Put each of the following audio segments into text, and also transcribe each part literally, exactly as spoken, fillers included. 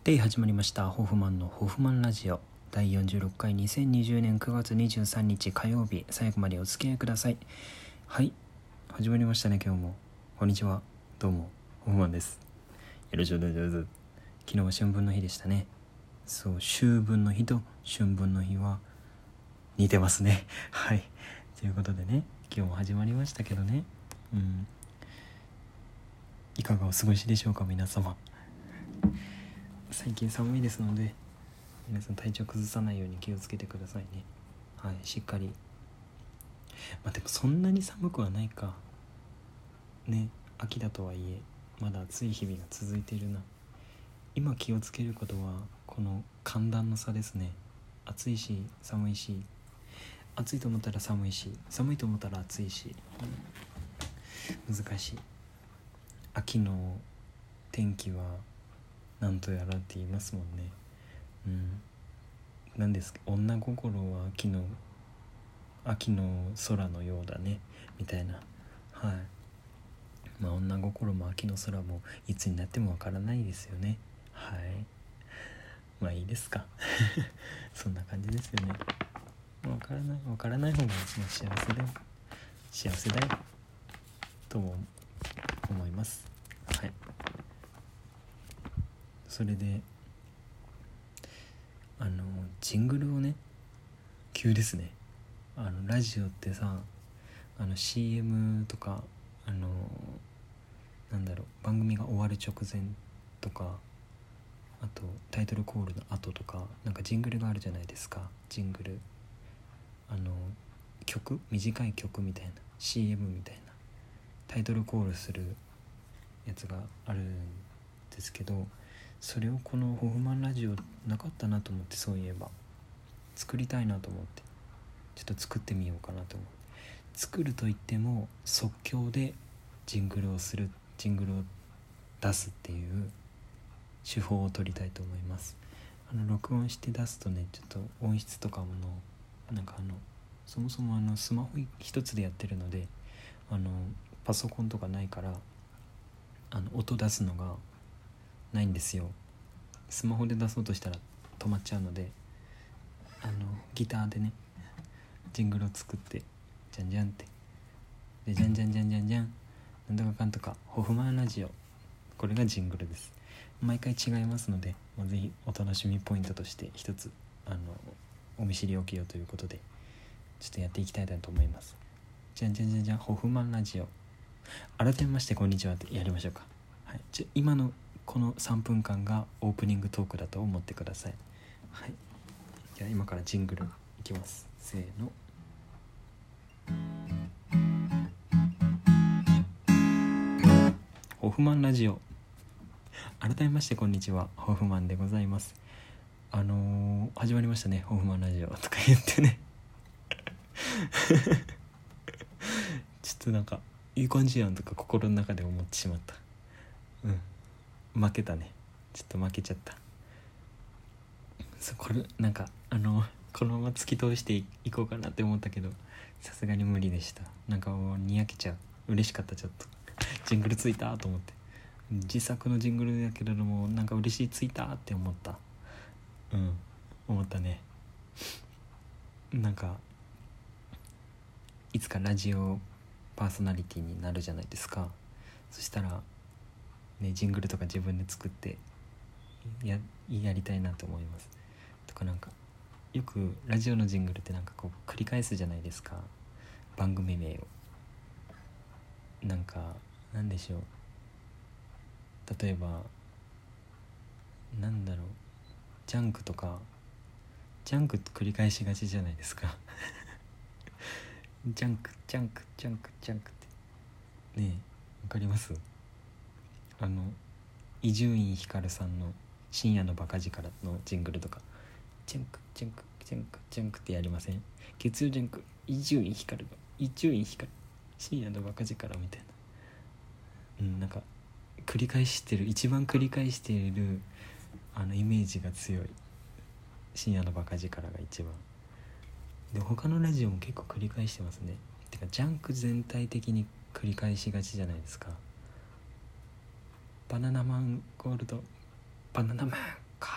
えい始まりました。ホフマンのホフマンラジオだいよんじゅうろっかい、にせんにじゅうねんくがつにじゅうさんにち火曜日、最後までお付き合いください。はい、始まりましたね。今日もこんにちは、どうもホフマンです。よろしくお願いします。昨日は春分の日でしたね。そう、秋分の日と春分の日は似てますね。はいということでね、今日も始まりましたけどね、うんいかがお過ごしでしょうか皆様。最近寒いですので、皆さん体調崩さないように気をつけてくださいね。はい、しっかり。まあでもそんなに寒くはないかね。秋だとはいえまだ暑い日々が続いているな。今気をつけることはこの寒暖の差ですね。暑いし寒いし、暑いと思ったら寒いし、寒いと思ったら暑いし、うん、難しい。秋の天気はなんとやらって言いますもんね。うんなんですか、女心は秋の秋の空のようだねみたいな。はいまあ女心も秋の空もいつになってもわからないですよね。はいまあいいですかそんな感じですよね。わからないわからない方が幸せだよ幸せだよとも思います。はいそれであのジングルをね、急ですね。あのラジオってさ、あの シーエム とかあのなんだろう番組が終わる直前とか、あとタイトルコールの後とか、なんかジングルがあるじゃないですか。ジングルあの曲短い曲みたいな シーエム みたいなタイトルコールするやつがあるんですけど、それをこのホフマンラジオなかったなと思って、そういえば作りたいなと思ってちょっと作ってみようかなと思って。作るといっても即興でジングルをするジングルを出すっていう手法を取りたいと思います。あの録音して出すとね、ちょっと音質とかものなんかあのそもそもあのスマホ一つでやってるので、あのパソコンとかないからあの音出すのがないんですよ。スマホで出そうとしたら止まっちゃうので、あのギターでねジングルを作って、じゃんじゃんってでじゃんじゃんじゃんじゃんじゃんなんとかかんとかホフマンラジオ、これがジングルです。毎回違いますので、もうぜひお楽しみポイントとして一つあのお見知りおきよということでちょっとやっていきたいなと思います。じゃんじゃんじゃんじゃんホフマンラジオ、改めましてこんにちはってやりましょうか。はい、じゃ今のこのさんぷんかんがオープニングトークだと思ってください。はい、じゃあ今からジングルいきます。せーの。ホフマンラジオ、改めましてこんにちは、ホフマンでございます。あのー、始まりましたねホフマンラジオとか言ってねちょっとなんかいい感じやんとか心の中で思ってしまった。うん負けたね。ちょっと負けちゃった。そうこれなんかあのこのまま突き通していこうかなって思ったけど、さすがに無理でした。なんかもうにやけちゃう。嬉しかった。ちょっとジングルついたと思って、自作のジングルだけれどもなんか嬉しい、ついたって思った。うん思ったね。なんかいつかラジオパーソナリティになるじゃないですか。そしたらねジングルとか自分で作ってややりたいなと思います。とかなんかよくラジオのジングルってなんかこう繰り返すじゃないですか、番組名を。なんかなんでしょう、例えばなんだろう、ジャンクとかジャンクって繰り返しがちじゃないですかジャンクジャンクジャンクジャンクってねえ、わかります？あの伊集院光さんの深夜のバカ力のジングルとか、ジャンクジャンクジャンクジャンクってやりません？月曜ジャンク伊集院光の伊集院光深夜のバカ力みたいな、うんなんか繰り返してる、一番繰り返しているあのイメージが強い深夜のバカ力が一番で、他のラジオも結構繰り返してますね。てかジャンク全体的に繰り返しがちじゃないですか。バナナマンゴールドバナナマンか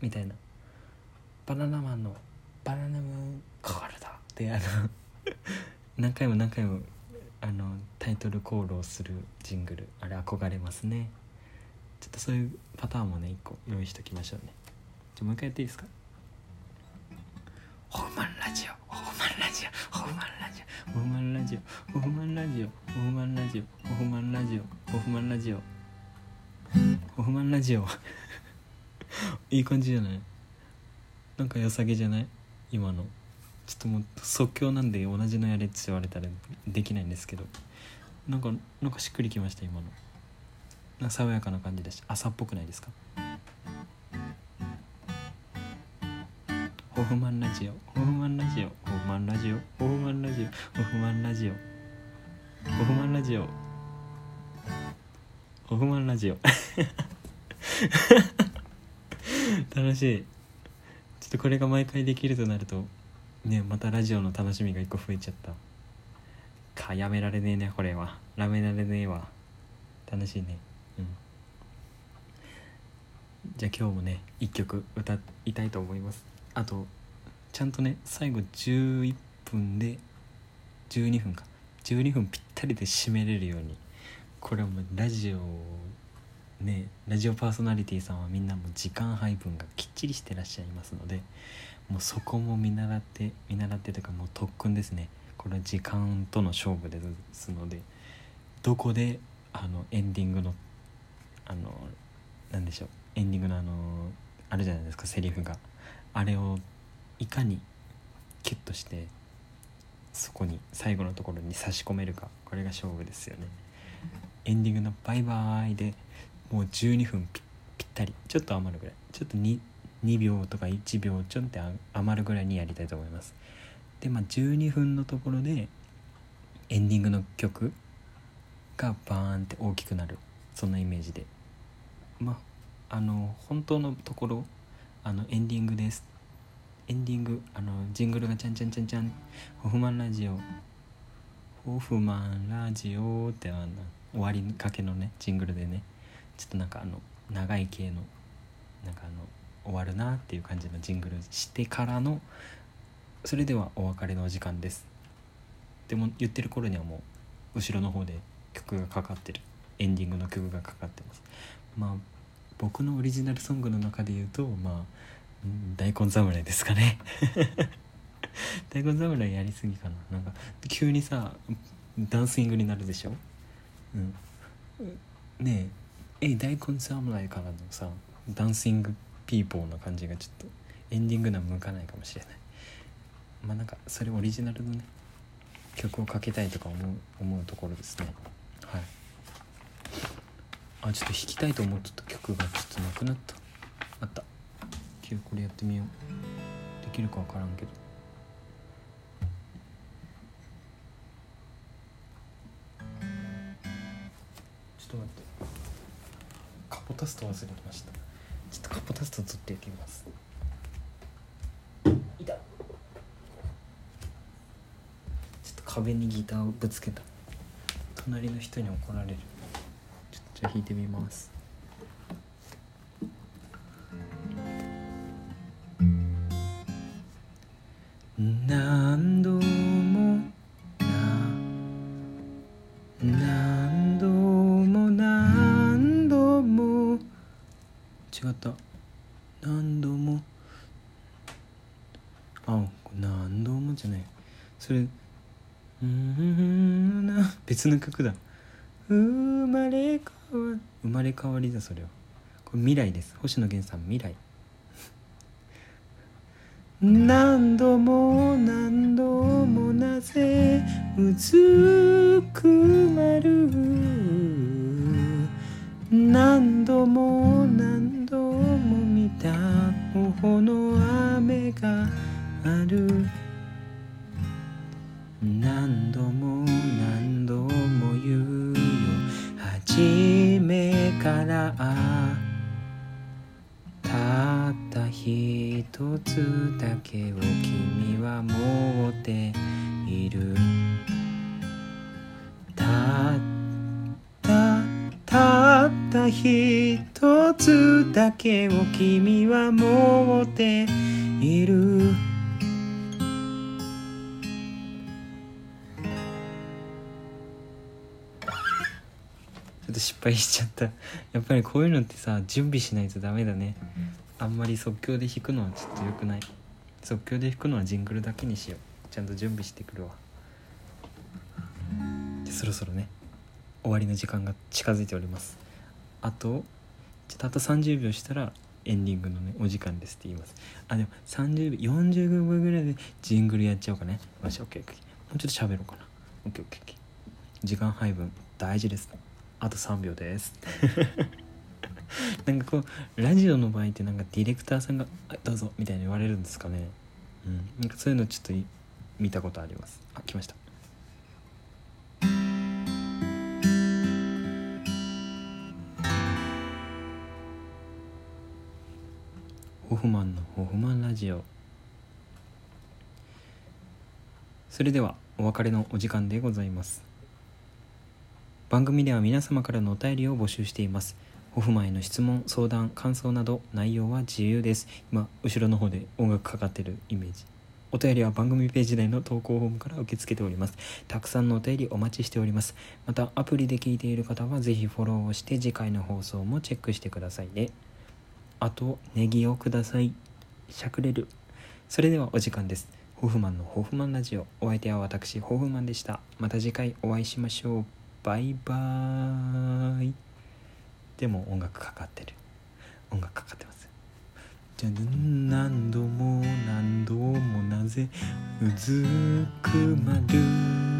みたいな、バナナマンのバナナムーンゴールドってあの何回も何回もあのタイトルコールをするジングル、あれ憧れますね。ちょっとそういうパターンもね一個用意しときましょうね。じゃもう一回やっていいですか。ホフマンラジオホフマンラジオホフマンラジオホフマンラジオホフマンラジオホフマンラジオホフマンラジオホフマンラジオホフマンラジオいい感じじゃない？なんか良さげじゃない？今のちょっともう即興なんで同じのやれって言われたらできないんですけど、なんかなんかしっくりきました。今のなんか爽やかな感じだし朝っぽくないですか？ホフマンラジオホフマンラジオホフマンラジオホフマンラジオホフマンラジオホフマンラジオホフマンラジオ楽しい。ちょっとこれが毎回できるとなるとね、またラジオの楽しみが一個増えちゃったか。やめられねえね、これはやめられねえわ。楽しいね。うん。じゃあ今日もね一曲歌いたいと思います。あとちゃんとね最後じゅういっぷんでじゅうにふんかじゅうにふんぴったりで締めれるように、これはもうラジオねラジオパーソナリティさんはみんなも時間配分がきっちりしてらっしゃいますので、もうそこも見習って見習ってというかもう特訓ですね。これは時間との勝負ですので、どこであのエンディングのあのなんでしょうエンディングのあのあるじゃないですか、セリフが、あれをいかにキュッとしてそこに最後のところに差し込めるか、これが勝負ですよね。エンディングのバイバイでもうじゅうにふん ぴ, ぴったり、ちょっと余るぐらい、ちょっと 2, にびょうとかいちびょうちょんって余るぐらいにやりたいと思います。でまあじゅうにふんのところでエンディングの曲がバーンって大きくなる、そんなイメージで、まああの本当のところあのエンディングですエンディングあのジングルがチャンチャンチャンチャンホフマンラジオホフマンラジオってあの終わりかけのねジングルでね、ちょっとなんかあの長い系のなんかあの終わるなっていう感じのジングルしてからの、それではお別れのお時間です。でも言ってる頃にはもう後ろの方で曲がかかってる、エンディングの曲がかかってます。まあ僕のオリジナルソングの中で言うとまあ大根侍ですかね大根侍やりすぎかな。なんか急にさダンシングになるでしょ、うん、ねええ大根侍からのさダンシングピーポーな感じがちょっとエンディングには向かないかもしれない。まあなんかそれオリジナルのね曲をかけたいとか思う思うところですね。はい。あちょっと弾きたいと思ってた曲がちょっとなくなった。あった。今日これやってみよう。できるかわからんけど。ちょっと待って。カポタスト忘れてました。ちょっとカポタスト取っていきます。いた。ちょっと壁にギターをぶつけた。隣の人に怒られる。ちょっとじゃあ弾いてみます。何度もな何度も何度も違った何度もあ何度もじゃないそれうーんな別の曲だ。生まれ変わり生まれ変わりだそれは。これ未来です。星野源さん未来。何度も何度もなぜうずくまる何度も何度も見た頬の雨がある何度も何度も言うよ初めからたった一つだけを君は持っているたったたっただ一つだけを君は持っている。ちょっと失敗しちゃった。やっぱりこういうのってさ、準備しないとダメだね。あんまり即興で弾くのはちょっと良くない。即興で弾くのはジングルだけにしよう。ちゃんと準備してくるわ。でそろそろね、終わりの時間が近づいております。あとちょっとあとさんじゅうびょうしたらエンディングのねお時間ですって言います。あ、でもさんじゅうびょうよんじゅうびょうぐらいでジングルやっちゃおうかね。よし、オッケーオッケー。もうちょっと喋ろうかな。オッケーオッケーオッケー。時間配分大事です。あとさんびょうですなんかこうラジオの場合ってなんかディレクターさんがどうぞみたいに言われるんですかね。うん、なんかそういうのちょっと見たことあります。あ、来ました。ホフマンのホフマンラジオ。それではお別れのお時間でございます。番組では皆様からのお便りを募集しています。ホフマンへの質問、相談、感想など内容は自由です。今後ろの方で音楽かかってるイメージ。お便りは番組ページ内の投稿フォームから受け付けております。たくさんのお便りお待ちしております。またアプリで聞いている方はぜひフォローをして次回の放送もチェックしてくださいね。あとネギをください。しゃくれる。それではお時間です。ホフマンのホフマンラジオ。お相手は私ホフマンでした。また次回お会いしましょう。バイバーイ。でも音楽かかってる。音楽かかってます。じゃあ何度も何度もなぜうずくまる